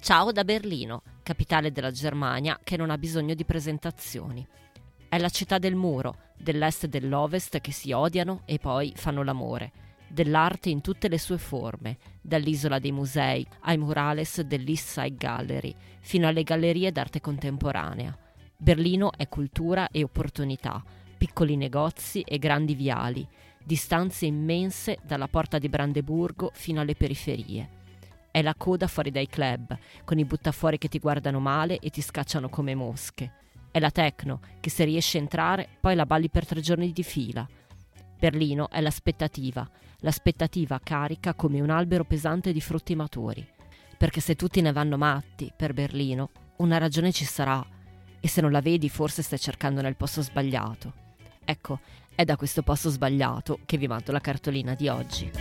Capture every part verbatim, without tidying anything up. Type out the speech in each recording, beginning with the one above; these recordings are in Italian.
Ciao da Berlino, capitale della Germania che non ha bisogno di presentazioni. È la città del muro, dell'est e dell'ovest che si odiano e poi fanno l'amore, dell'arte in tutte le sue forme, dall'isola dei musei ai murales dell'East Side Gallery, fino alle gallerie d'arte contemporanea. Berlino è cultura e opportunità, piccoli negozi e grandi viali, distanze immense dalla porta di Brandeburgo fino alle periferie. È la coda fuori dai club, con i buttafuori che ti guardano male e ti scacciano come mosche. È la techno, che se riesci a entrare poi la balli per tre giorni di fila. Berlino è l'aspettativa, l'aspettativa carica come un albero pesante di frutti maturi. Perché se tutti ne vanno matti per Berlino, una ragione ci sarà, e se non la vedi forse stai cercando nel posto sbagliato. Ecco, è da questo posto sbagliato che vi mando la cartolina di oggi.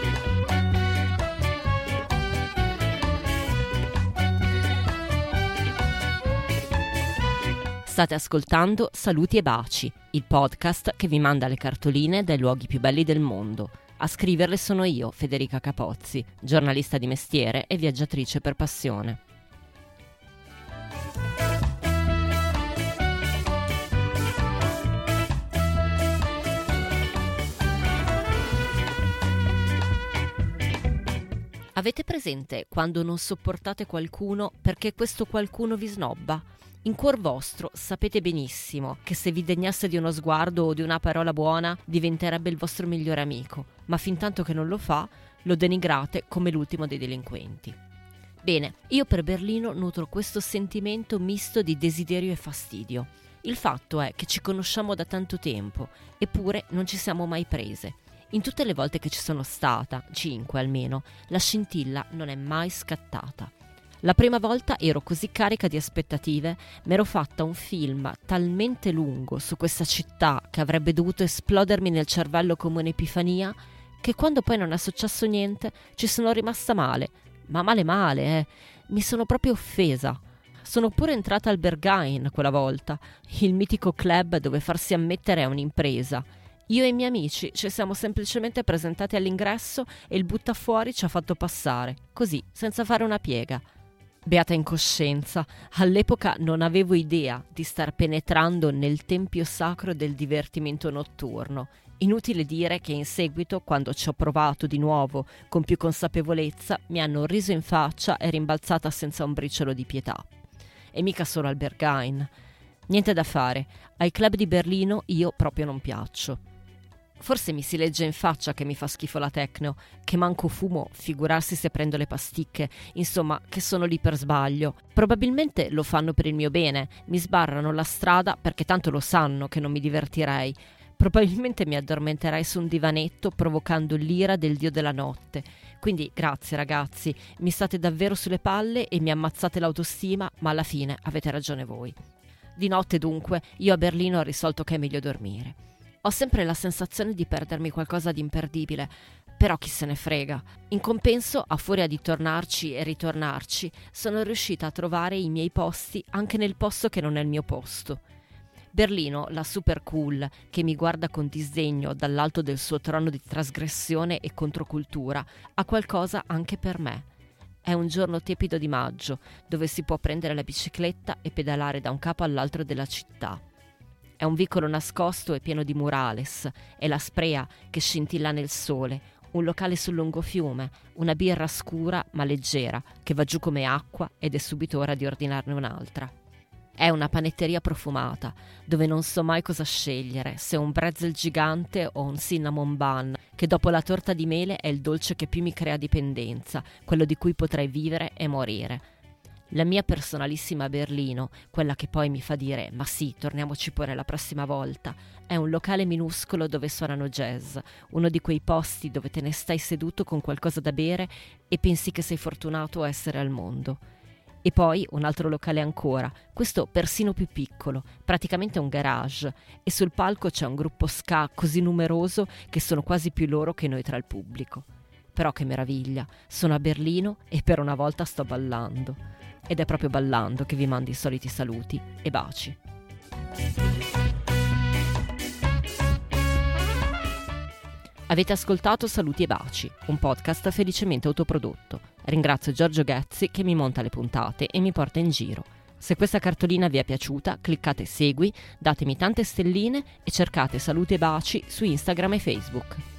State ascoltando Saluti e Baci, il podcast che vi manda le cartoline dai luoghi più belli del mondo. A scriverle sono io, Federica Capozzi, giornalista di mestiere e viaggiatrice per passione. Avete presente quando non sopportate qualcuno perché questo qualcuno vi snobba? In cuor vostro sapete benissimo che se vi degnasse di uno sguardo o di una parola buona diventerebbe il vostro migliore amico, ma fintanto che non lo fa, lo denigrate come l'ultimo dei delinquenti. Bene, io per Berlino nutro questo sentimento misto di desiderio e fastidio. Il fatto è che ci conosciamo da tanto tempo, eppure non ci siamo mai prese. In tutte le volte che ci sono stata, cinque almeno, la scintilla non è mai scattata. La prima volta ero così carica di aspettative, m'ero fatta un film talmente lungo su questa città che avrebbe dovuto esplodermi nel cervello come un'epifania, che quando poi non è successo niente ci sono rimasta male, ma male male, eh. Mi sono proprio offesa. Sono pure entrata al Berghain quella volta, il mitico club dove farsi ammettere è un'impresa. Io e i miei amici ci siamo semplicemente presentati all'ingresso e il buttafuori ci ha fatto passare, così, senza fare una piega. Beata incoscienza, all'epoca non avevo idea di star penetrando nel tempio sacro del divertimento notturno. Inutile dire che in seguito, quando ci ho provato di nuovo con più consapevolezza, mi hanno riso in faccia e rimbalzata senza un briciolo di pietà. E mica solo al Berghain. Niente da fare, ai club di Berlino io proprio non piaccio. Forse mi si legge in faccia che mi fa schifo la techno, che manco fumo, figurarsi se prendo le pasticche, insomma, che sono lì per sbaglio. Probabilmente lo fanno per il mio bene, mi sbarrano la strada perché tanto lo sanno che non mi divertirei. Probabilmente mi addormenterei su un divanetto provocando l'ira del dio della notte. Quindi grazie ragazzi, mi state davvero sulle palle e mi ammazzate l'autostima, ma alla fine avete ragione voi. Di notte dunque, io a Berlino ho risolto che è meglio dormire. Ho sempre la sensazione di perdermi qualcosa di imperdibile, però chi se ne frega. In compenso, a furia di tornarci e ritornarci, sono riuscita a trovare i miei posti anche nel posto che non è il mio posto. Berlino, la super cool, che mi guarda con disdegno dall'alto del suo trono di trasgressione e controcultura, ha qualcosa anche per me. È un giorno tiepido di maggio, dove si può prendere la bicicletta e pedalare da un capo all'altro della città. È un vicolo nascosto e pieno di murales, è la Sprea che scintilla nel sole, un locale sul lungofiume, una birra scura ma leggera che va giù come acqua ed è subito ora di ordinarne un'altra. È una panetteria profumata, dove non so mai cosa scegliere, se un pretzel gigante o un cinnamon bun, che dopo la torta di mele è il dolce che più mi crea dipendenza, quello di cui potrei vivere e morire. La mia personalissima Berlino, quella che poi mi fa dire «ma sì, torniamoci pure la prossima volta», è un locale minuscolo dove suonano jazz, uno di quei posti dove te ne stai seduto con qualcosa da bere e pensi che sei fortunato a essere al mondo. E poi un altro locale ancora, questo persino più piccolo, praticamente un garage, e sul palco c'è un gruppo ska così numeroso che sono quasi più loro che noi tra il pubblico. Però che meraviglia, sono a Berlino e per una volta sto ballando. Ed è proprio ballando che vi mando i soliti saluti e baci. Avete ascoltato Saluti e Baci, un podcast felicemente autoprodotto. Ringrazio Giorgio Ghezzi che mi monta le puntate e mi porta in giro. Se questa cartolina vi è piaciuta, cliccate segui, datemi tante stelline e cercate Salute e Baci su Instagram e Facebook.